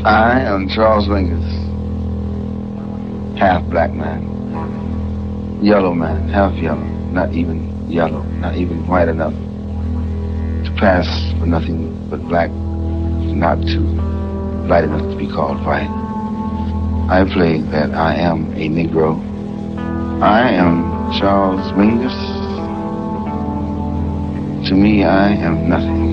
I am Charles Mingus, half black man, yellow man, half yellow, not even yellow, not even white enough to pass for nothing but black, not too light enough to be called white. I play that I am a Negro. I am Charles Mingus. To me, I am nothing.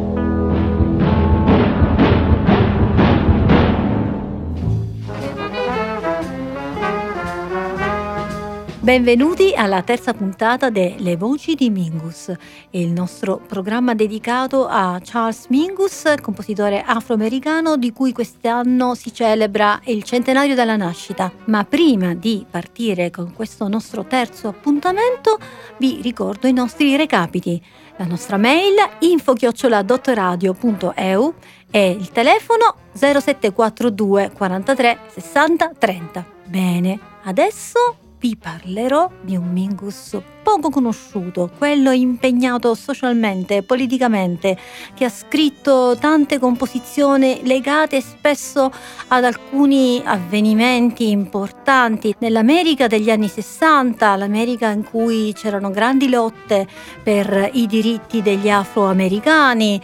Benvenuti alla terza puntata de Le Voci di Mingus, il nostro programma dedicato a Charles Mingus, compositore afroamericano di cui quest'anno si celebra il centenario della nascita. Ma prima di partire con questo nostro terzo appuntamento, vi ricordo i nostri recapiti. La nostra mail info@dottoradio.eu e il telefono 0742 43 60 30. Bene, adesso vi parlerò di un Mingus poco conosciuto, quello impegnato socialmente e politicamente, che ha scritto tante composizioni legate spesso ad alcuni avvenimenti importanti nell'America degli anni 60, l'America in cui c'erano grandi lotte per i diritti degli afroamericani,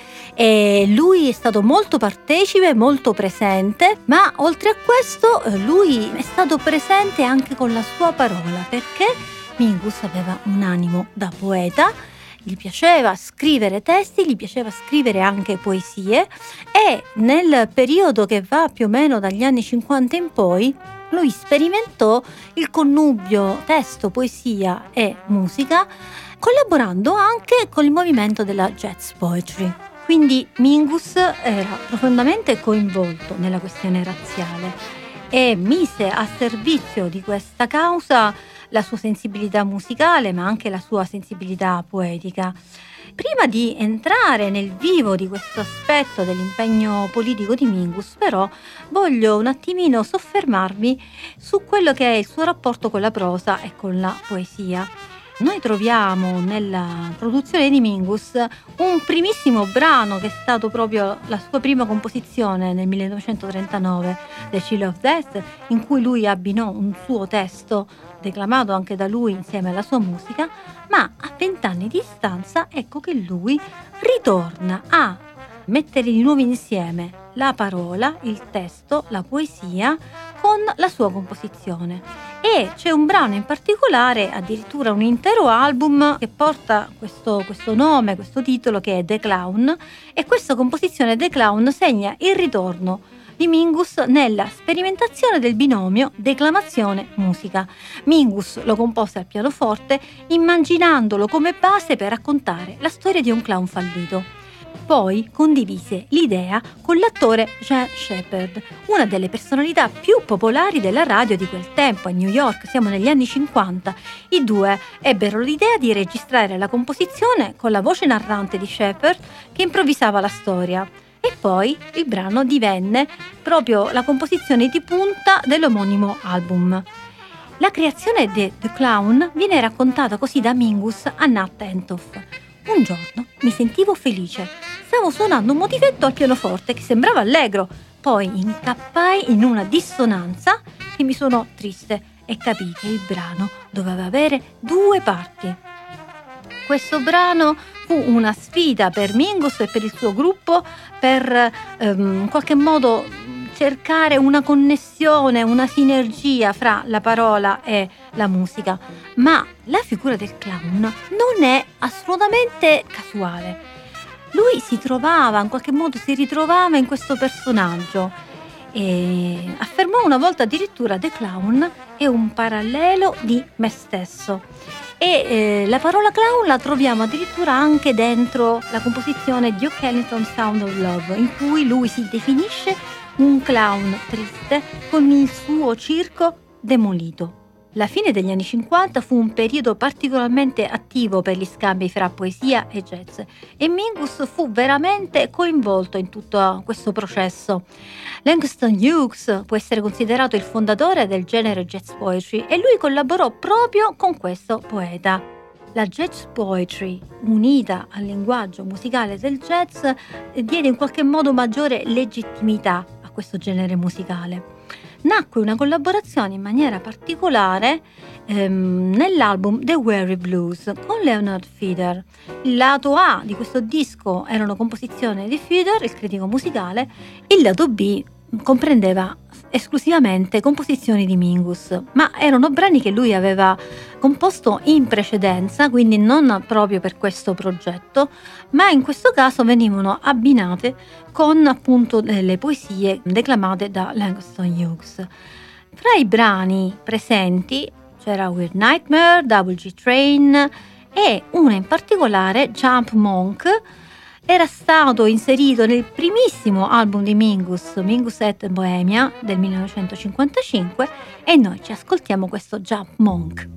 e lui è stato molto partecipe, molto presente, ma oltre a questo lui è stato presente anche con la sua parola, perché Mingus aveva un animo da poeta, gli piaceva scrivere testi, gli piaceva scrivere anche poesie, e nel periodo che va più o meno dagli anni 50 in poi lui sperimentò il connubio testo, poesia e musica, collaborando anche con il movimento della jazz poetry. Quindi Mingus era profondamente coinvolto nella questione razziale e mise a servizio di questa causa la sua sensibilità musicale, ma anche la sua sensibilità poetica. Prima di entrare nel vivo di questo aspetto dell'impegno politico di Mingus, però, voglio un attimino soffermarmi su quello che è il suo rapporto con la prosa e con la poesia. Noi troviamo nella produzione di Mingus un primissimo brano che è stato proprio la sua prima composizione nel 1939, The Chill of Death, in cui lui abbinò un suo testo declamato anche da lui insieme alla sua musica, ma a 20 anni di distanza ecco che lui ritorna a mettere di nuovo insieme la parola, il testo, la poesia con la sua composizione. E c'è un brano in particolare, addirittura un intero album, che porta questo nome, questo titolo, che è The Clown, e questa composizione The Clown segna il ritorno di Mingus nella sperimentazione del binomio declamazione-musica. Mingus lo compose al pianoforte, immaginandolo come base per raccontare la storia di un clown fallito. Poi condivise l'idea con l'attore Jean Shepherd, una delle personalità più popolari della radio di quel tempo a New York, siamo negli anni 50. I due ebbero l'idea di registrare la composizione con la voce narrante di Shepherd che improvvisava la storia. E poi il brano divenne proprio la composizione di punta dell'omonimo album. La creazione di The Clown viene raccontata così da Mingus a Nat Hentoff. Un giorno mi sentivo felice, stavo suonando un motivetto al pianoforte che sembrava allegro, poi incappai in una dissonanza e mi suonò triste e capii che il brano doveva avere due parti. Questo brano fu una sfida per Mingus e per il suo gruppo per in qualche modo cercare una connessione, una sinergia fra la parola e la musica. Ma la figura del clown non è assolutamente casuale. Lui si ritrovava in questo personaggio e affermò una volta addirittura The Clown è un parallelo di me stesso. E la parola clown la troviamo addirittura anche dentro la composizione Duke Ellington Sound of Love, in cui lui si definisce un clown triste con il suo circo demolito. La fine degli anni 50 fu un periodo particolarmente attivo per gli scambi fra poesia e jazz e Mingus fu veramente coinvolto in tutto questo processo. Langston Hughes può essere considerato il fondatore del genere jazz poetry e lui collaborò proprio con questo poeta. La jazz poetry, unita al linguaggio musicale del jazz, diede in qualche modo maggiore legittimità a questo genere musicale. Nacque una collaborazione in maniera particolare nell'album The Weary Blues con Leonard Feather. Il lato A di questo disco erano composizioni di Feather, il critico musicale, il lato B comprendeva esclusivamente composizioni di Mingus, ma erano brani che lui aveva composto in precedenza, quindi non proprio per questo progetto, ma in questo caso venivano abbinate con appunto delle poesie declamate da Langston Hughes. Tra i brani presenti c'era Weird Nightmare, Double G Train e una in particolare, Jump Monk. Era stato inserito nel primissimo album di Mingus et Bohemia del 1955 e noi ci ascoltiamo questo Jump Monk.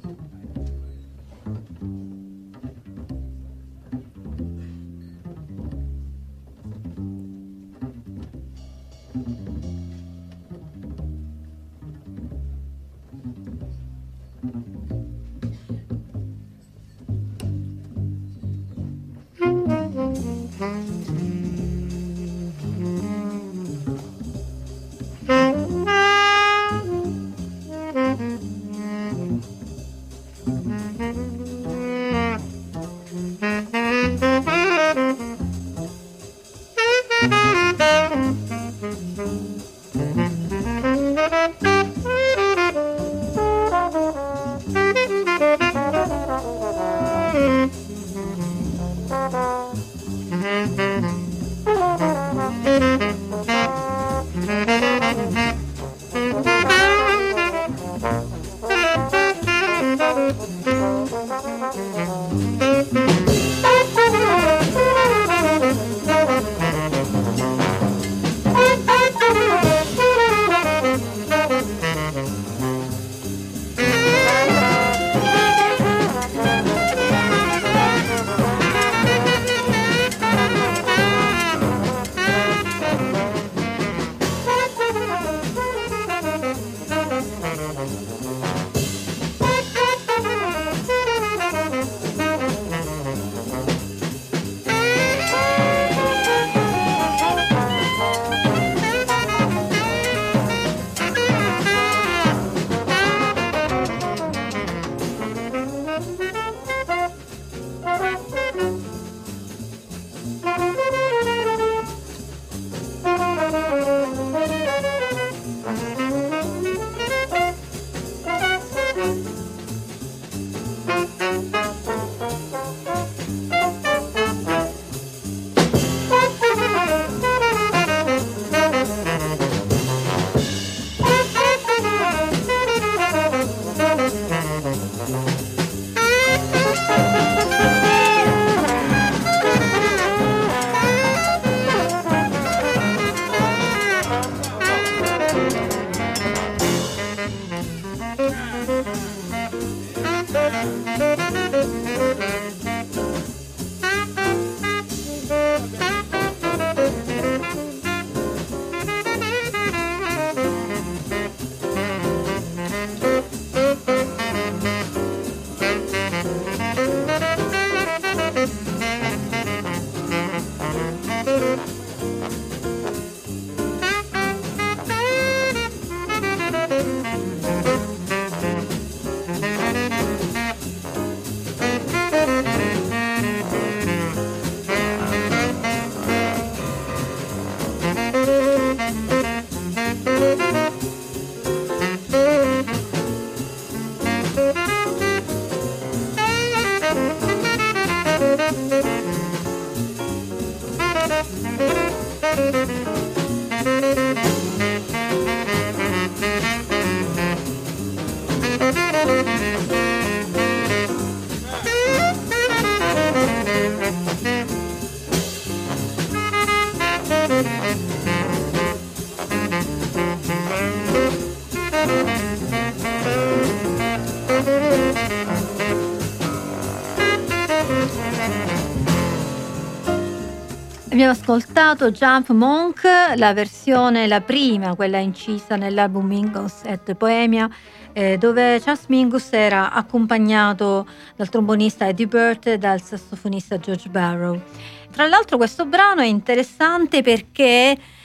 Abbiamo ascoltato Jump Monk, la versione, la prima, quella incisa nell'album Mingus et Bohemia, dove Charles Mingus era accompagnato dal trombonista Eddie Burt e dal sassofonista George Barrow. Tra l'altro questo brano è interessante perché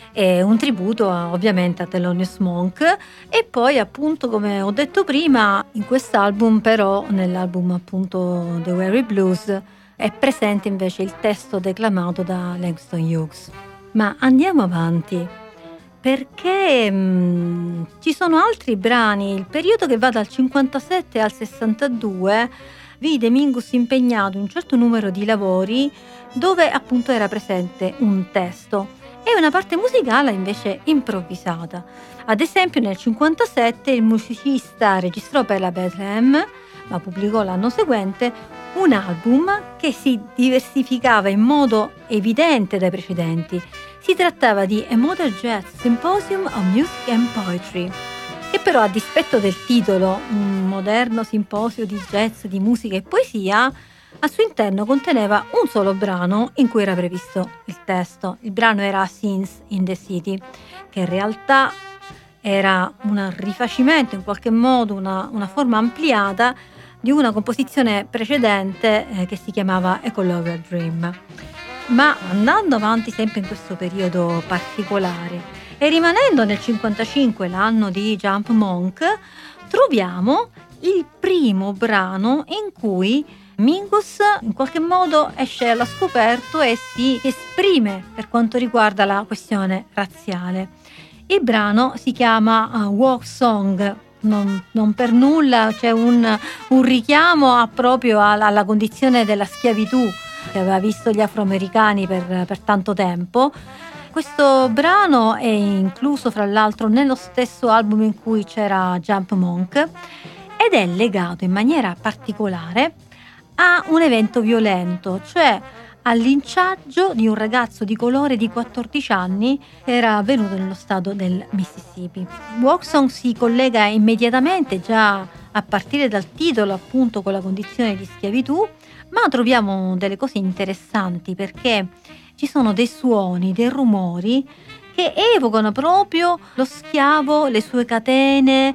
è un tributo ovviamente a Thelonious Monk. E poi appunto, come ho detto prima, in quest'album, però nell'album appunto The Weary Blues, è presente invece il testo declamato da Langston Hughes. Ma andiamo avanti, perché ci sono altri brani. Il periodo che va dal 57 al 62 vide Mingus impegnato in un certo numero di lavori dove appunto era presente un testo e una parte musicale invece improvvisata. Ad esempio nel 57 il musicista registrò per la Bethlehem, ma pubblicò l'anno seguente un album che si diversificava in modo evidente dai precedenti. Si trattava di A Modern Jazz Symposium of Music and Poetry, che però, a dispetto del titolo, un moderno simposio di jazz, di musica e poesia, al suo interno conteneva un solo brano in cui era previsto il testo. Il brano era Scenes in the City, che in realtà era un rifacimento, in qualche modo una forma ampliata di una composizione precedente che si chiamava Ecological Dream. Ma andando avanti sempre in questo periodo particolare e rimanendo nel 55, l'anno di Jump Monk, troviamo il primo brano in cui Mingus in qualche modo esce allo scoperto e si esprime per quanto riguarda la questione razziale. Il brano si chiama Walk Song. Non per nulla c'è un richiamo proprio alla condizione della schiavitù che aveva visto gli afroamericani per tanto tempo. Questo brano è incluso fra l'altro nello stesso album in cui c'era Jump Monk ed è legato in maniera particolare a un evento violento, cioè al linciaggio di un ragazzo di colore di 14 anni che era avvenuto nello stato del Mississippi. Walk Song si collega immediatamente, già a partire dal titolo, appunto con la condizione di schiavitù, ma troviamo delle cose interessanti perché ci sono dei suoni, dei rumori che evocano proprio lo schiavo, le sue catene,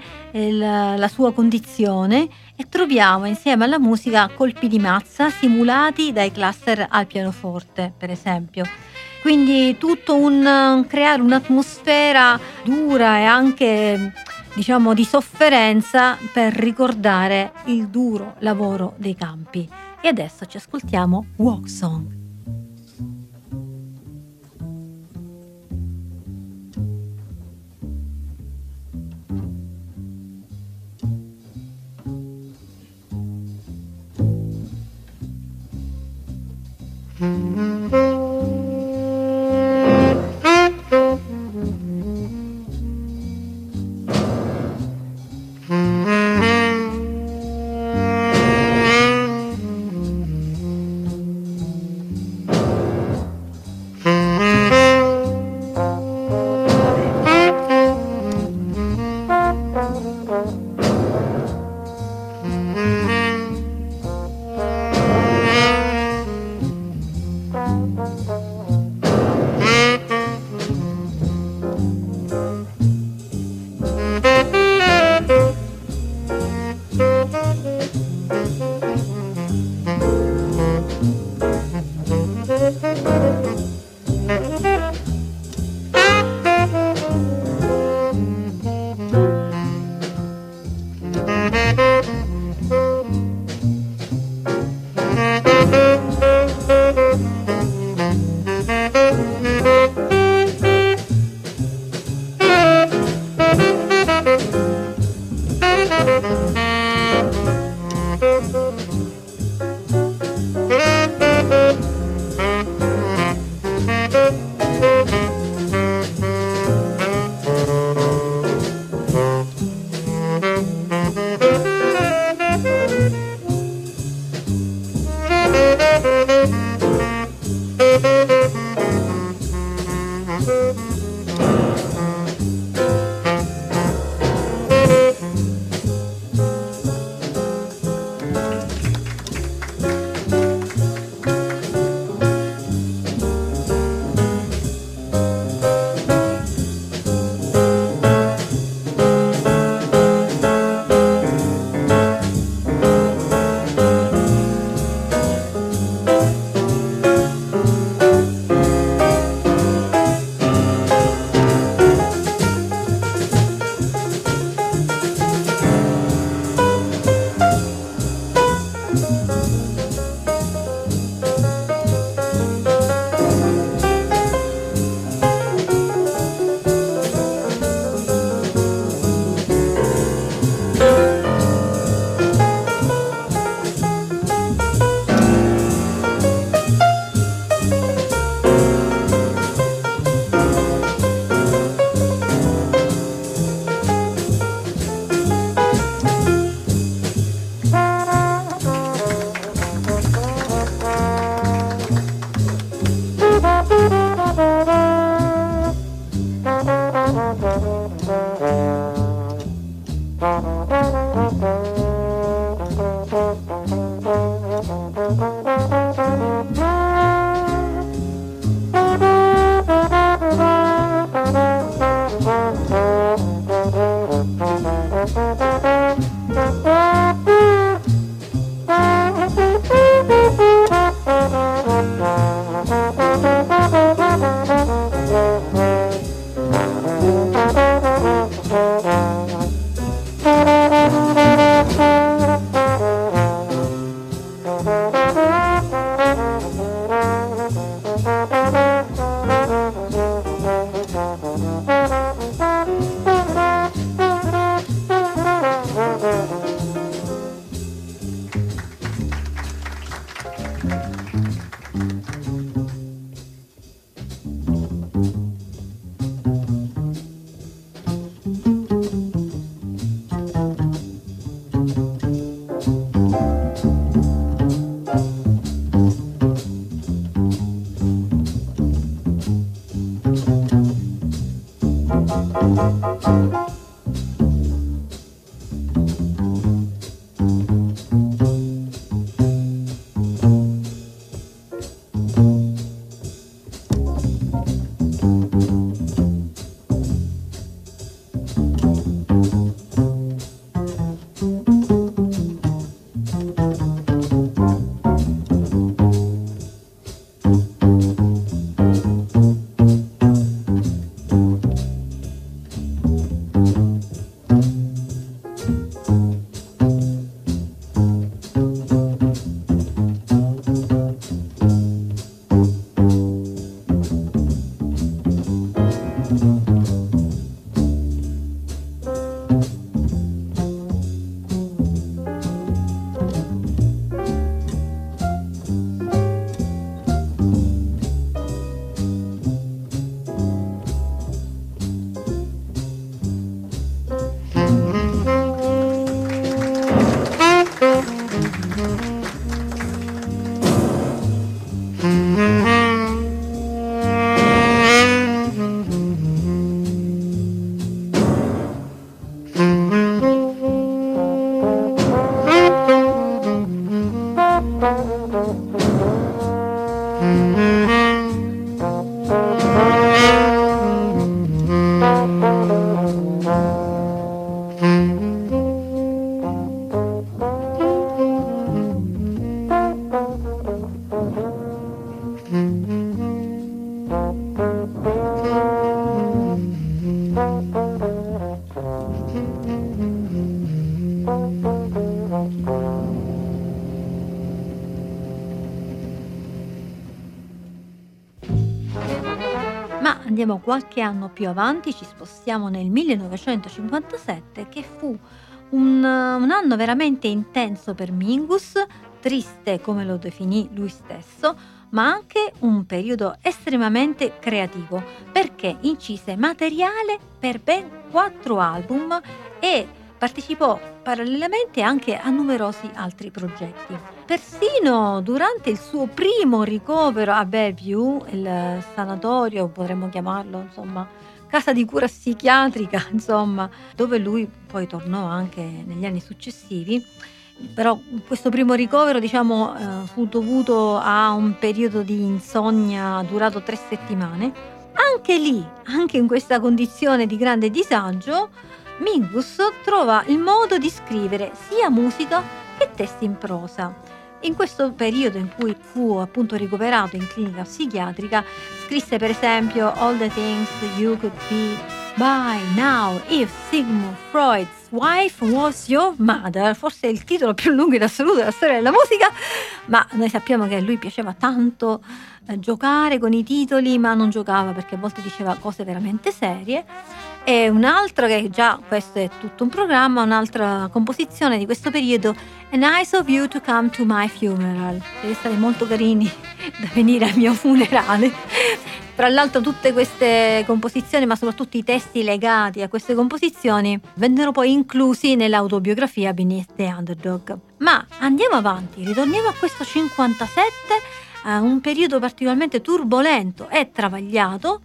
la sua condizione, e troviamo insieme alla musica colpi di mazza simulati dai cluster al pianoforte, per esempio. Quindi tutto creare un'atmosfera dura e anche di sofferenza per ricordare il duro lavoro dei campi. E adesso ci ascoltiamo Walk Song. Ma andiamo qualche anno più avanti, ci spostiamo nel 1957, che fu un anno veramente intenso per Mingus, triste come lo definì lui stesso, ma anche un periodo estremamente creativo, perché incise materiale per ben 4 album e partecipò parallelamente anche a numerosi altri progetti. Persino durante il suo primo ricovero a Bellevue, il sanatorio, potremmo chiamarlo, insomma, casa di cura psichiatrica, insomma, dove lui poi tornò anche negli anni successivi. Però questo primo ricovero, fu dovuto a un periodo di insonnia durato 3 settimane. Anche lì, anche in questa condizione di grande disagio, Mingus trova il modo di scrivere sia musica che testi in prosa. In questo periodo in cui fu appunto ricoverato in clinica psichiatrica, scrisse per esempio All the Things You Could Be By Now If Sigmund Freud's Wife Was Your Mother, forse il titolo più lungo in assoluto della storia della musica, ma noi sappiamo che a lui piaceva tanto giocare con i titoli, ma non giocava perché a volte diceva cose veramente serie. E un altro, che già questo è tutto un programma, un'altra composizione di questo periodo, A Nice of You to Come to My Funeral. Siete stati molto carini da venire al mio funerale. Tra l'altro tutte queste composizioni, ma soprattutto i testi legati a queste composizioni, vennero poi inclusi nell'autobiografia Beneath the Underdog. Ma andiamo avanti, ritorniamo a questo 57, un periodo particolarmente turbolento e travagliato,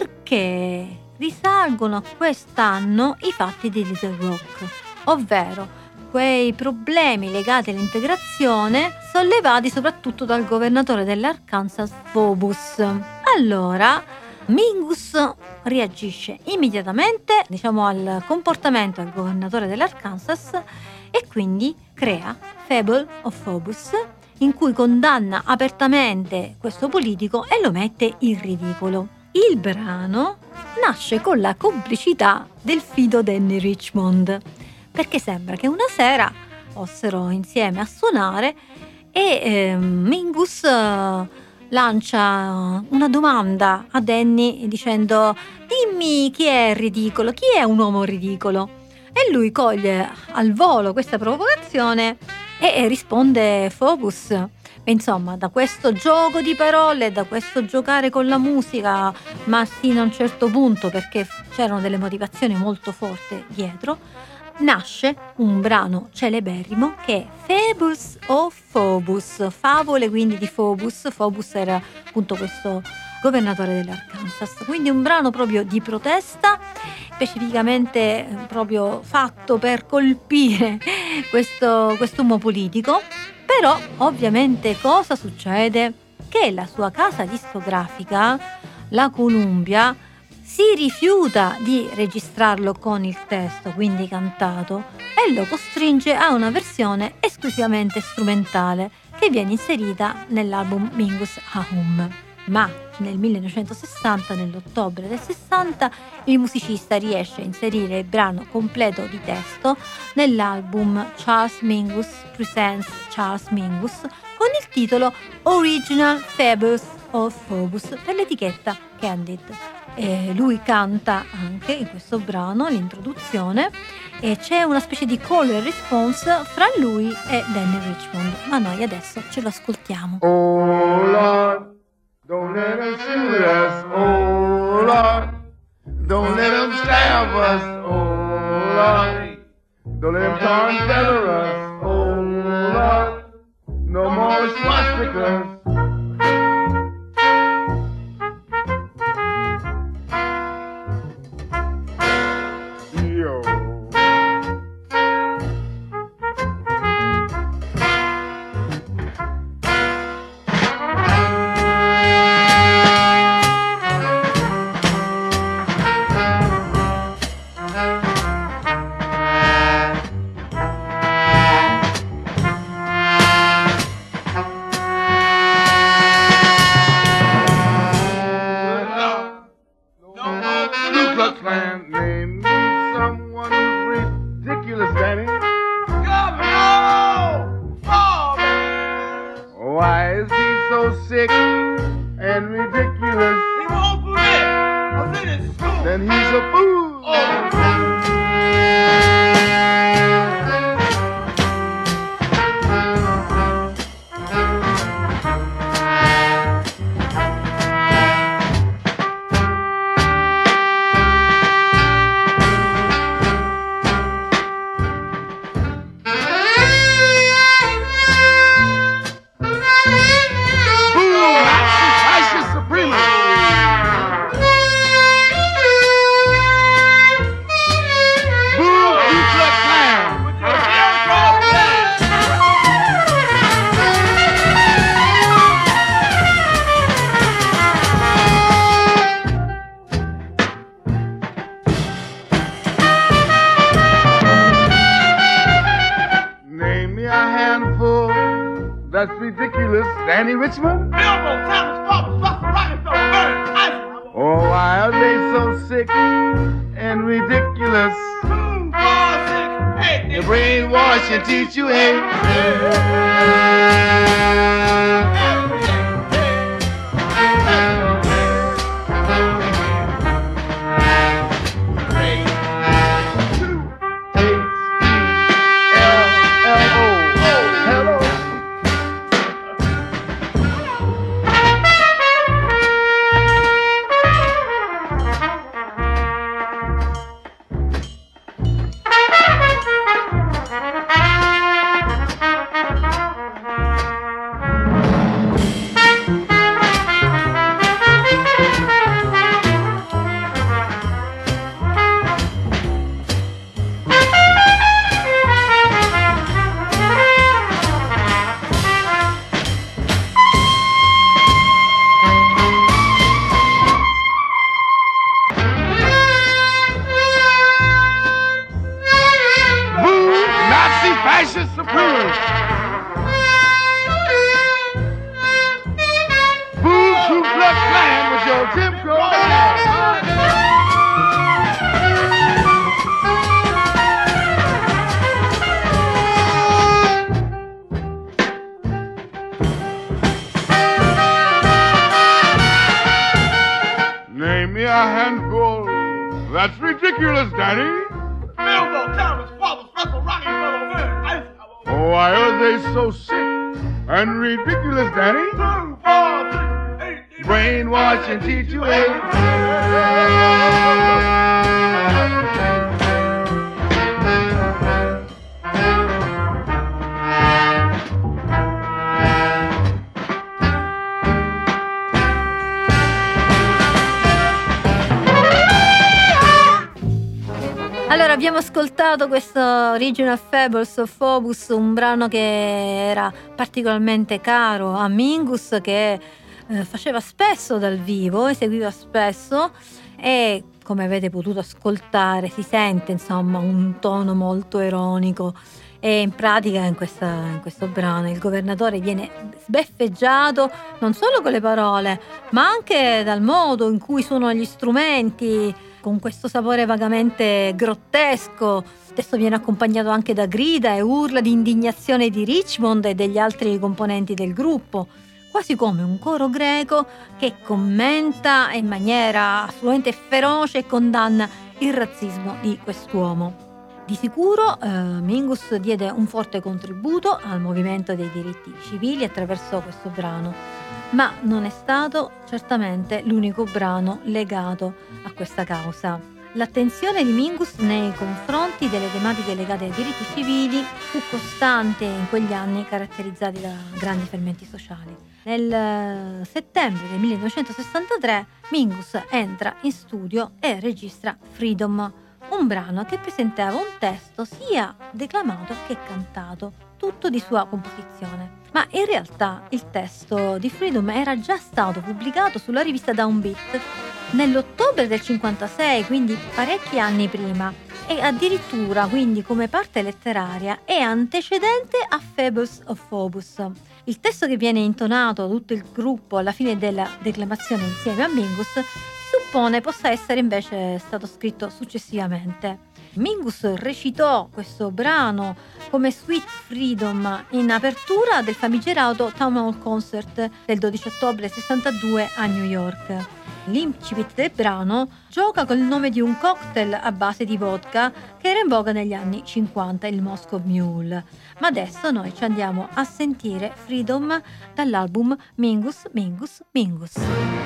perché risalgono a quest'anno i fatti di Little Rock, ovvero quei problemi legati all'integrazione sollevati soprattutto dal governatore dell'Arkansas, Phobos. Allora Mingus reagisce immediatamente, al comportamento del governatore dell'Arkansas, e quindi crea Fable of Phobos, in cui condanna apertamente questo politico e lo mette in ridicolo. Il brano nasce con la complicità del fido Danny Richmond, perché sembra che una sera fossero insieme a suonare e Mingus lancia una domanda a Danny dicendo: dimmi chi è ridicolo, chi è un uomo ridicolo? E lui coglie al volo questa provocazione e risponde Phobos. Insomma, da questo gioco di parole, da questo giocare con la musica, ma fino a un certo punto, perché c'erano delle motivazioni molto forti dietro, nasce un brano celeberrimo che è Fables of Phobos, favole quindi di Phobos. Phobos era appunto questo governatore dell'Arkansas, quindi un brano proprio di protesta, specificamente proprio fatto per colpire questo uomo politico. Però ovviamente cosa succede? Che la sua casa discografica, la Columbia, si rifiuta di registrarlo con il testo, quindi cantato, e lo costringe a una versione esclusivamente strumentale che viene inserita nell'album Mingus Ahum. Ma nel 1960, nell'ottobre del 60, il musicista riesce a inserire il brano completo di testo nell'album Charles Mingus Presents Charles Mingus con il titolo Original Fables of Phobos per l'etichetta Candid. Lui canta anche in questo brano l'introduzione e c'è una specie di call and response fra lui e Danny Richmond, ma noi adesso ce lo ascoltiamo. Oh Lord, don't let them shoot us, oh Lord, don't let them stab us, oh Lord, don't let them tar and feather us, oh Lord, no more swastikas. That's ridiculous. Danny Richmond? Bilbo, Thomas, Papa, Buster, Rockefeller, Burns, Eisenhower. Oh, why are they so sick and ridiculous? 2, 4, 6, 8. They brainwash and teach you hate. Name me a handful. That's ridiculous, Danny. Bilbo, Thomas, Papa, Buster, Rockefeller, Burns, Eisenhower. Oh, why are they so sick and ridiculous, Danny? 2, 4, 6, 8. Brainwash and teach you hate. Allora, abbiamo ascoltato questo Original Fables of Phobos, un brano che era particolarmente caro a Mingus, che faceva spesso dal vivo, eseguiva spesso, e come avete potuto ascoltare si sente insomma un tono molto ironico. E in pratica in questo brano il governatore viene sbeffeggiato non solo con le parole, ma anche dal modo in cui suonano gli strumenti, con questo sapore vagamente grottesco. Il testo viene accompagnato anche da grida e urla di indignazione di Richmond e degli altri componenti del gruppo, quasi come un coro greco che commenta in maniera assolutamente feroce e condanna il razzismo di quest'uomo. Di sicuro Mingus diede un forte contributo al movimento dei diritti civili attraverso questo brano, ma non è stato certamente l'unico brano legato a questa causa. L'attenzione di Mingus nei confronti delle tematiche legate ai diritti civili fu costante in quegli anni caratterizzati da grandi fermenti sociali. Nel settembre del 1963 Mingus entra in studio e registra Freedom, un brano che presentava un testo sia declamato che cantato, tutto di sua composizione. Ma in realtà il testo di Freedom era già stato pubblicato sulla rivista Downbeat nell'ottobre del 56, quindi parecchi anni prima, e addirittura quindi come parte letteraria è antecedente a Fables of Phobos. Il testo che viene intonato da tutto il gruppo alla fine della declamazione insieme a Mingus suppone possa essere invece stato scritto successivamente. Mingus recitò questo brano come Sweet Freedom in apertura del famigerato Town Hall Concert del 12 ottobre 62 a New York. L'incipit del brano gioca col nome di un cocktail a base di vodka che era in voga negli anni 50, il Moscow Mule. Ma adesso noi ci andiamo a sentire Freedom dall'album Mingus, Mingus, Mingus.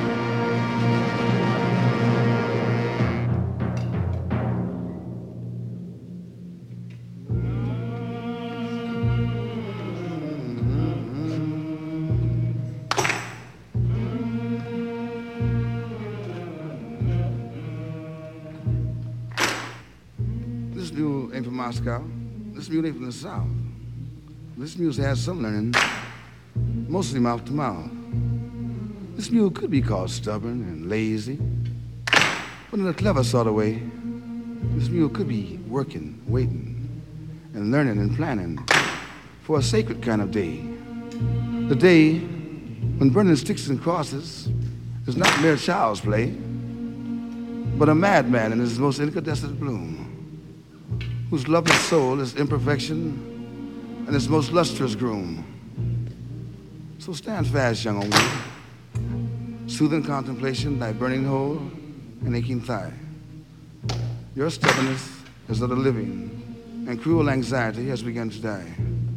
This mule ain't from Moscow. This mule ain't from the South. This mule's had some learning, mostly mouth to mouth. This mule could be called stubborn and lazy, but in a clever sort of way, this mule could be working, waiting, and learning and planning for a sacred kind of day. The day when burning sticks and crosses is not mere child's play, but a madman in his most incandescent bloom, whose lovely soul is imperfection and his most lustrous groom. So stand fast, young old one, soothing contemplation, thy burning hole and aching thigh. Your stubbornness is of the living, and cruel anxiety has begun to die.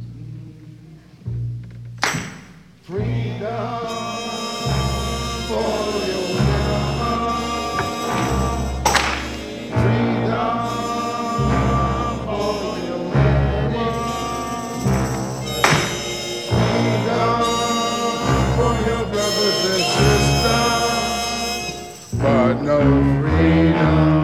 Freedom for your but no freedom.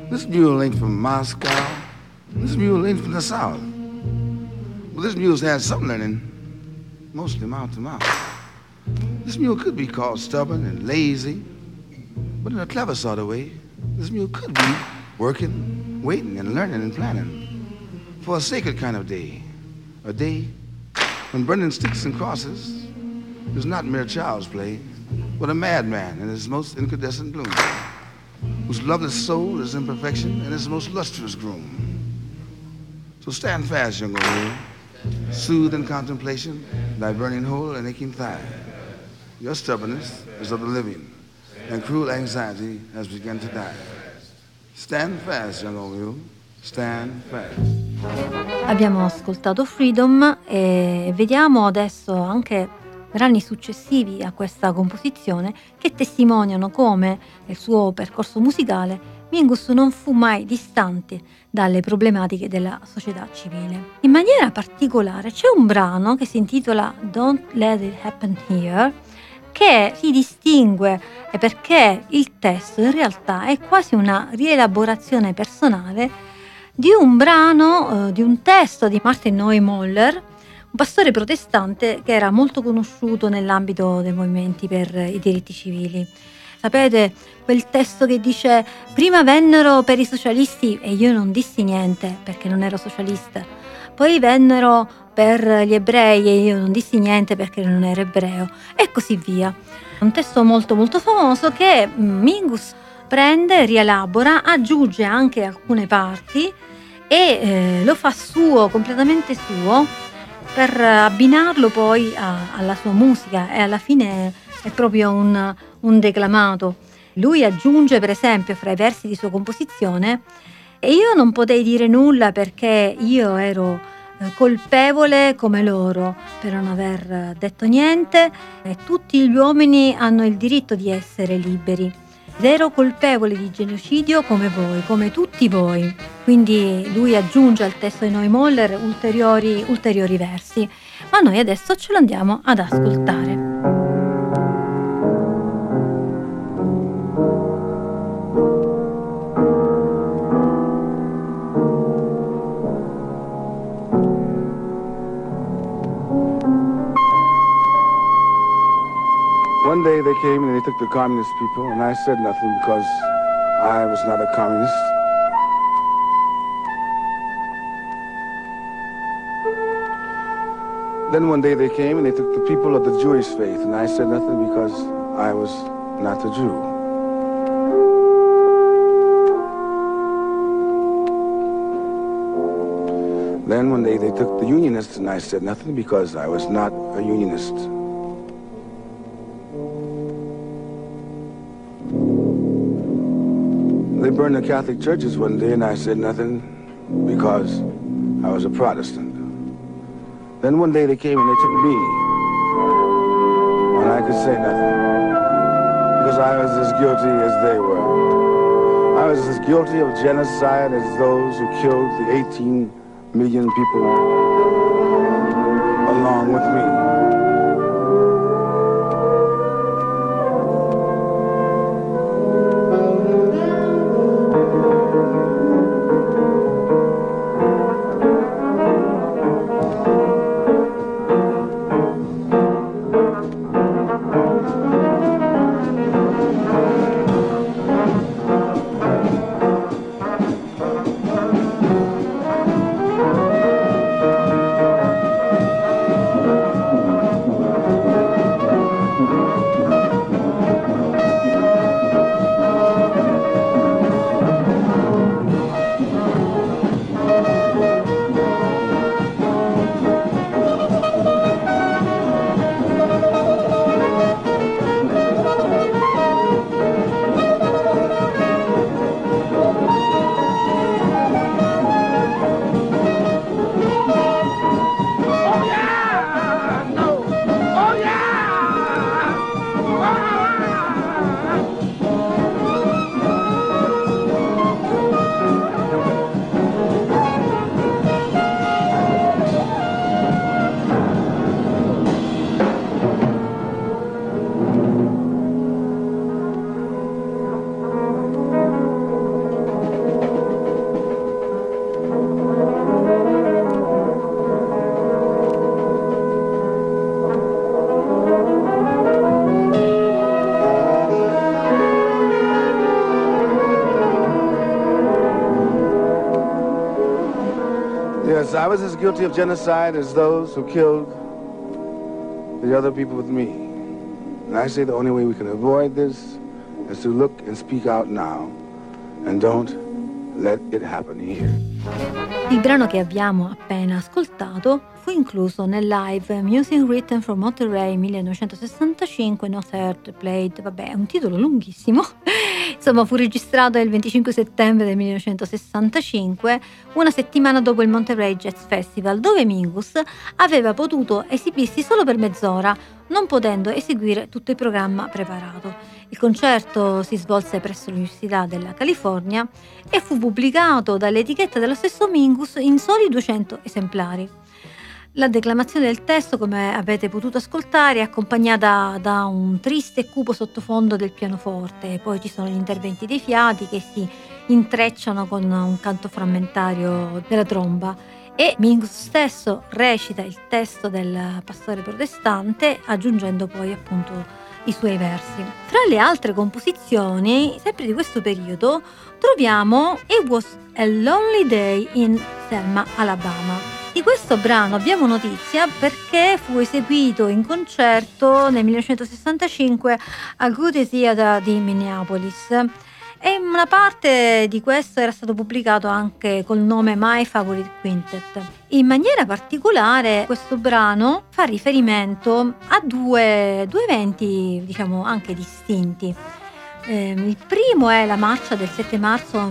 This mule ain't from Moscow. This mule ain't from the South. But this mule's had some learning, mostly mouth to mouth. This mule could be called stubborn and lazy, but in a clever sort of way, this mule could be working, waiting, and learning and planning for a sacred kind of day. A day when burning sticks and crosses is not mere child's play, but a madman in his most incandescent bloom, whose loveless soul is imperfection and his most lustrous groom. So stand fast, young old, soothe in contemplation thy burning hole and aching thigh. Your stubbornness is of the living, and cruel anxiety has begun to die. Stand fast, young old mule, stand fast. Abbiamo ascoltato Freedom e vediamo adesso anche brani successivi a questa composizione che testimoniano come nel suo percorso musicale Mingus non fu mai distante dalle problematiche della società civile. In maniera particolare c'è un brano che si intitola Don't Let It Happen Here, che si distingue perché il testo in realtà è quasi una rielaborazione personale di un brano, di un testo di Martin Niemöller, un pastore protestante che era molto conosciuto nell'ambito dei movimenti per i diritti civili. Sapete, quel testo che dice: prima vennero per i socialisti e io non dissi niente perché non ero socialista, poi vennero per gli ebrei e io non dissi niente perché non ero ebreo, e così via. Un testo molto molto famoso che Mingus prende, rielabora, aggiunge anche alcune parti e lo fa suo, completamente suo, per abbinarlo poi alla sua musica, e alla fine è proprio un declamato. Lui aggiunge, per esempio, fra i versi di sua composizione: e io non potei dire nulla perché io ero colpevole come loro per non aver detto niente, e tutti gli uomini hanno il diritto di essere liberi. Ed ero colpevole di genocidio come voi, come tutti voi. Quindi lui aggiunge al testo di Niemöller ulteriori versi, ma noi adesso ce lo andiamo ad ascoltare. One day they came and they took the communist people, and I said nothing because I was not a communist. Then one day they came and they took the people of the Jewish faith, and I said nothing because I was not a Jew. Then one day they took the Unionists, and I said nothing because I was not a Unionist. They burned the Catholic churches one day, and I said nothing because I was a Protestant. Then one day they came and they took me, and I could say nothing because I was as guilty as they were. I was as guilty of genocide as those who killed the 18 million people along with me. Yes, I was as guilty of genocide as those who killed the other people with me. And I say the only way we can avoid this is to look and speak out now, and don't let it happen here. Il brano che abbiamo appena ascoltato fu incluso nel live Music Written for Monterey 1965, No Third Played. Vabbè, è un titolo lunghissimo. Insomma, fu registrato il 25 settembre del 1965, una settimana dopo il Monterey Jazz Festival, dove Mingus aveva potuto esibirsi solo per mezz'ora, non potendo eseguire tutto il programma preparato. Il concerto si svolse presso l'Università della California e fu pubblicato dall'etichetta dello stesso Mingus in soli 200 esemplari. La declamazione del testo, come avete potuto ascoltare, è accompagnata da un triste e cupo sottofondo del pianoforte, poi ci sono gli interventi dei fiati che si intrecciano con un canto frammentario della tromba e Mingus stesso recita il testo del pastore protestante, aggiungendo poi appunto i suoi versi. Tra le altre composizioni, sempre di questo periodo, troviamo It Was a Lonely Day in Selma, Alabama. Di questo brano abbiamo notizia perché fu eseguito in concerto nel 1965 al Goodey Theatre di Minneapolis e una parte di questo era stato pubblicato anche col nome My Favorite Quintet. In maniera particolare questo brano fa riferimento a due eventi, diciamo, anche distinti. Il primo è la marcia del 7 marzo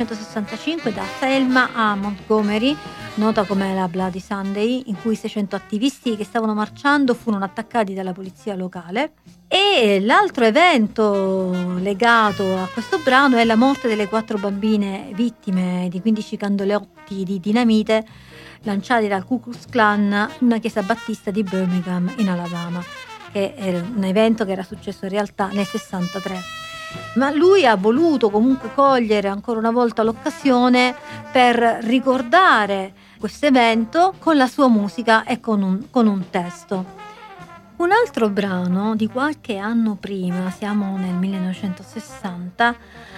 1965 da Selma a Montgomery, nota come la Bloody Sunday, in cui 600 attivisti che stavano marciando furono attaccati dalla polizia locale. E l'altro evento legato a questo brano è la morte delle 4 bambine vittime di 15 candoletti di dinamite lanciati dal Ku Klux Klan in una chiesa battista di Birmingham in Alabama, che era un evento che era successo in realtà nel 63. Ma lui ha voluto comunque cogliere ancora una volta l'occasione per ricordare questo evento con la sua musica e con un testo. Un altro brano di qualche anno prima, siamo nel 1960,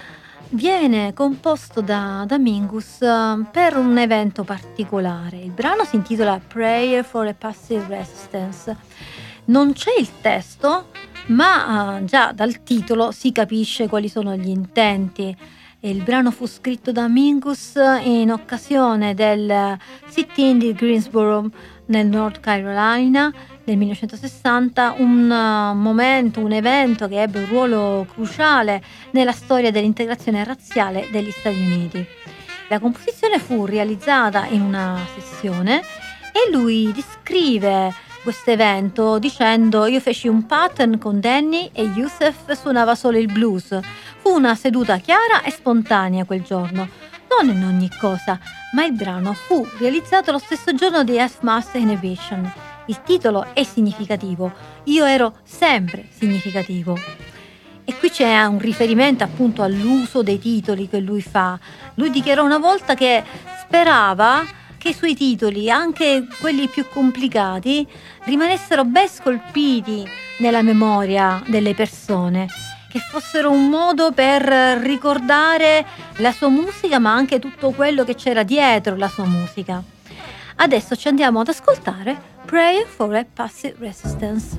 viene composto da Mingus per un evento particolare. Il brano si intitola Prayer for a Passive Resistance. Non c'è il testo, ma già dal titolo si capisce quali sono gli intenti. Il brano fu scritto da Mingus in occasione del sit-in di Greensboro nel North Carolina nel 1960, un evento che ebbe un ruolo cruciale nella storia dell'integrazione razziale degli Stati Uniti. La composizione fu realizzata in una sessione e lui descrive questo evento dicendo: io feci un pattern con Danny e Yusef suonava solo il blues. Fu una seduta chiara e spontanea quel giorno, non in ogni cosa, ma il brano fu realizzato lo stesso giorno di F-Mass Inhibition. Il titolo è significativo, io ero sempre significativo. E qui c'è un riferimento appunto all'uso dei titoli che lui fa. Lui dichiarò una volta che sperava che i suoi titoli, anche quelli più complicati, rimanessero ben scolpiti nella memoria delle persone, che fossero un modo per ricordare la sua musica, ma anche tutto quello che c'era dietro la sua musica. Adesso ci andiamo ad ascoltare Prayer for a Passive Resistance.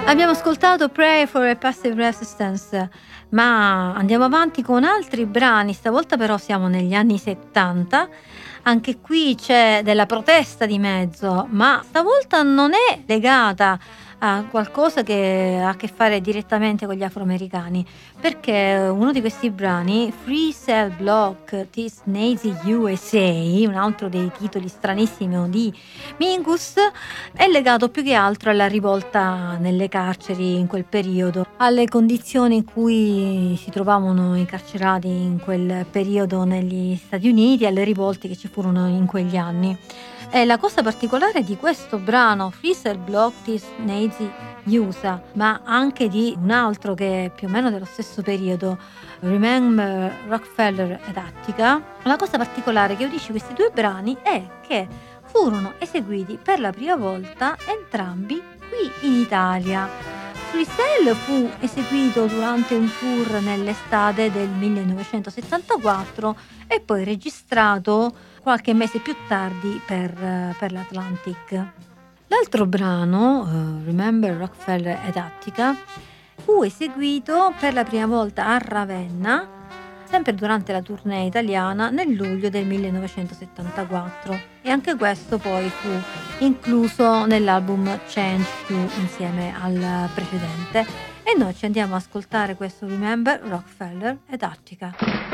Abbiamo ascoltato Pray for a Passive Resistance, ma andiamo avanti con altri brani, stavolta però siamo negli anni 70. Anche qui c'è della protesta di mezzo, ma stavolta non è legata a qualcosa che ha a che fare direttamente con gli afroamericani, perché uno di questi brani, Free Cell Block This Nazi USA, un altro dei titoli stranissimi di Mingus, è legato più che altro alla rivolta nelle carceri in quel periodo, alle condizioni in cui si trovavano i carcerati in quel periodo negli Stati Uniti, alle rivolte che ci furono in quegli anni. E la cosa particolare di questo brano, Free Cell Block This Nazi USA, ma anche di un altro che è più o meno dello stesso periodo, Remember Rockefeller ed Attica, la cosa particolare che unisce questi due brani è che furono eseguiti per la prima volta entrambi qui in Italia. Free Cell fu eseguito durante un tour nell'estate del 1974 e poi registrato qualche mese più tardi per l'Atlantic. L'altro brano, Remember Rockefeller ed Attica, fu eseguito per la prima volta a Ravenna, sempre durante la tournée italiana nel luglio del 1974, e anche questo poi fu incluso nell'album Change 2 insieme al precedente. E noi ci andiamo ad ascoltare questo Remember Rockefeller ed Attica.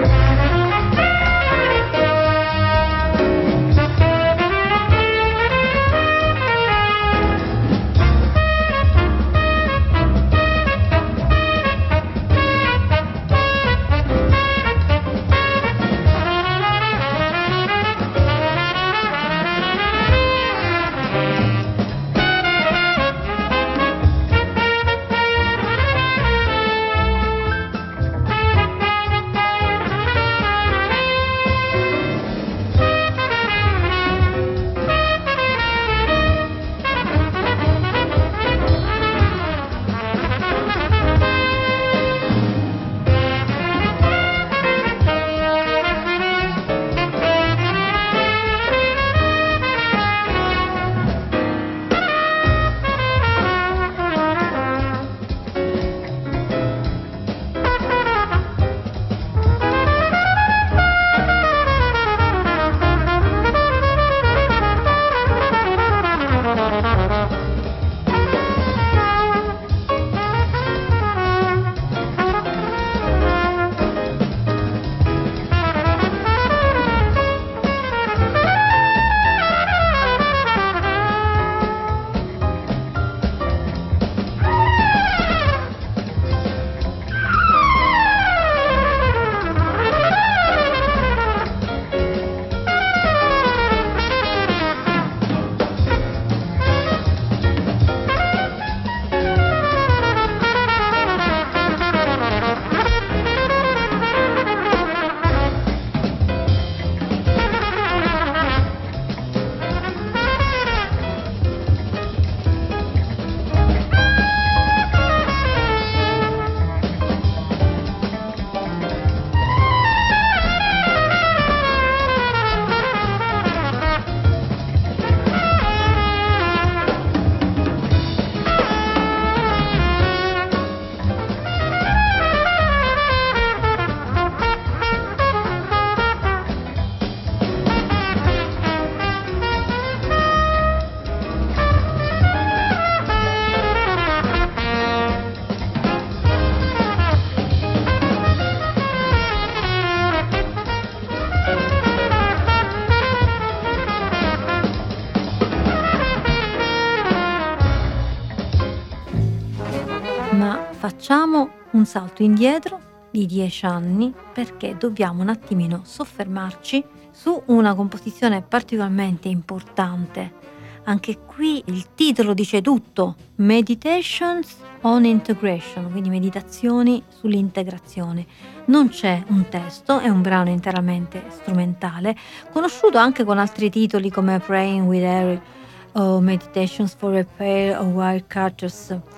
Facciamo un salto indietro di 10 anni perché dobbiamo un attimino soffermarci su una composizione particolarmente importante. Anche qui il titolo dice tutto: Meditations on Integration, quindi meditazioni sull'integrazione. Non c'è un testo, è un brano interamente strumentale, conosciuto anche con altri titoli come Praying with Eric o Meditations for a Pair of Wild Cutters.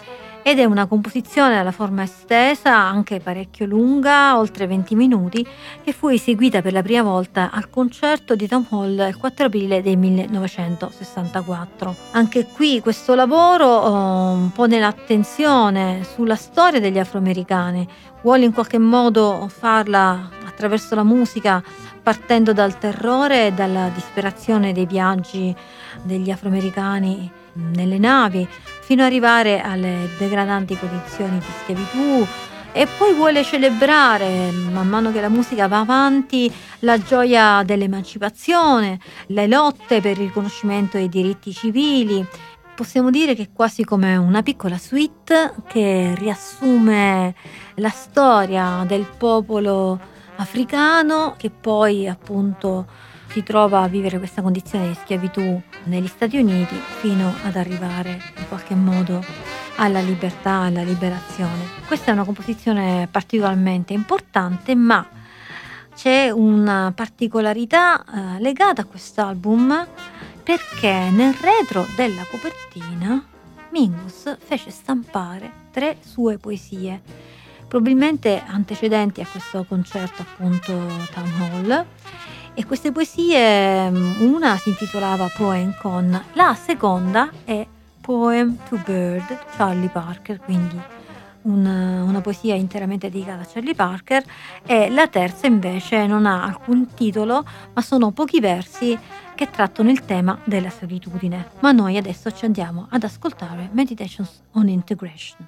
ed è una composizione dalla forma estesa, anche parecchio lunga, oltre 20 minuti, che fu eseguita per la prima volta al concerto di Town Hall il 4 aprile del 1964. Anche qui questo lavoro pone l'attenzione sulla storia degli afroamericani, vuole in qualche modo farla attraverso la musica, partendo dal terrore e dalla disperazione dei viaggi degli afroamericani nelle navi, fino ad arrivare alle degradanti condizioni di schiavitù, e poi vuole celebrare, man mano che la musica va avanti, la gioia dell'emancipazione, le lotte per il riconoscimento dei diritti civili. Possiamo dire che è quasi come una piccola suite che riassume la storia del popolo africano, che poi appunto si trova a vivere questa condizione di schiavitù negli Stati Uniti fino ad arrivare in qualche modo alla libertà, alla liberazione. Questa è una composizione particolarmente importante, ma c'è una particolarità legata a quest'album, perché nel retro della copertina Mingus fece stampare 3 sue poesie, probabilmente antecedenti a questo concerto, appunto Town Hall. E queste poesie, una si intitolava Poem Con, la seconda è Poem to Bird, Charlie Parker, quindi una poesia interamente dedicata a Charlie Parker, e la terza invece non ha alcun titolo, ma sono pochi versi che trattano il tema della solitudine. Ma noi adesso ci andiamo ad ascoltare Meditations on Integration.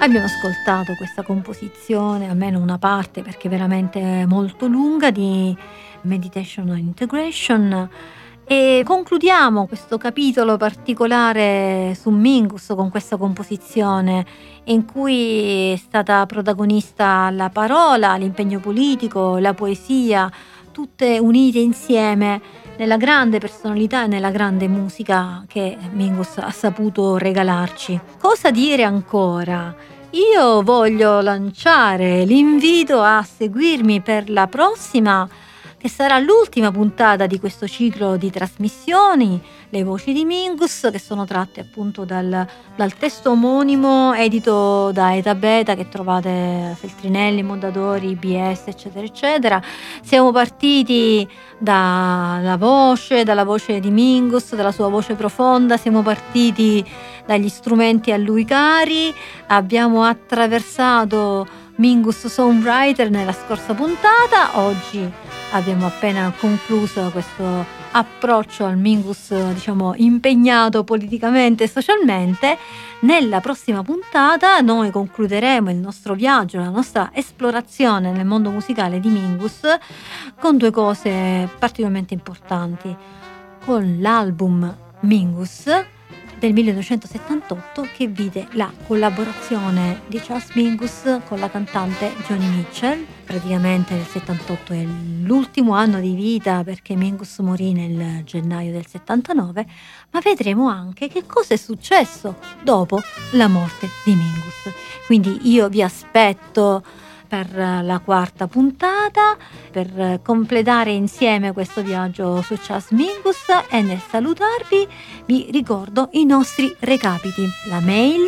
Abbiamo ascoltato questa composizione, almeno una parte perché è veramente molto lunga, di Meditation on Integration, e concludiamo questo capitolo particolare su Mingus con questa composizione in cui è stata protagonista la parola, l'impegno politico, la poesia, tutte unite insieme nella grande personalità e nella grande musica che Mingus ha saputo regalarci. Cosa dire ancora? Io voglio lanciare l'invito a seguirmi per la prossima, che sarà l'ultima puntata di questo ciclo di trasmissioni, Le voci di Mingus, che sono tratte appunto dal testo omonimo edito da Eta Beta, che trovate a Feltrinelli, Mondadori, IBS, eccetera eccetera. Siamo partiti dalla voce di Mingus, dalla sua voce profonda, siamo partiti dagli strumenti a lui cari, abbiamo attraversato Mingus Songwriter nella scorsa puntata, oggi abbiamo appena concluso questo approccio al Mingus, diciamo, impegnato politicamente e socialmente. Nella prossima puntata noi concluderemo il nostro viaggio, la nostra esplorazione nel mondo musicale di Mingus con due cose particolarmente importanti, con l'album Mingus del 1978 che vide la collaborazione di Charles Mingus con la cantante Joni Mitchell. Praticamente nel 78 è l'ultimo anno di vita perché Mingus morì nel gennaio del 79, ma vedremo anche che cosa è successo dopo la morte di Mingus. Quindi io vi aspetto per la quarta puntata, per completare insieme questo viaggio su Charles Mingus, e nel salutarvi vi ricordo i nostri recapiti: la mail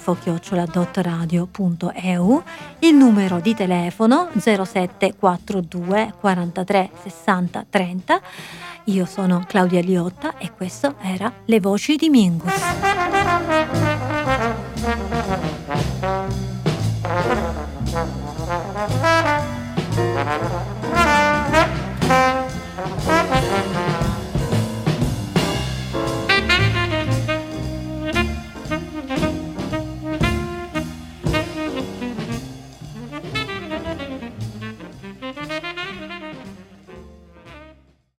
info@dotradio.eu, il numero di telefono 0742 43 60 30. Io sono Claudia Liotta e questo era Le voci di Mingus.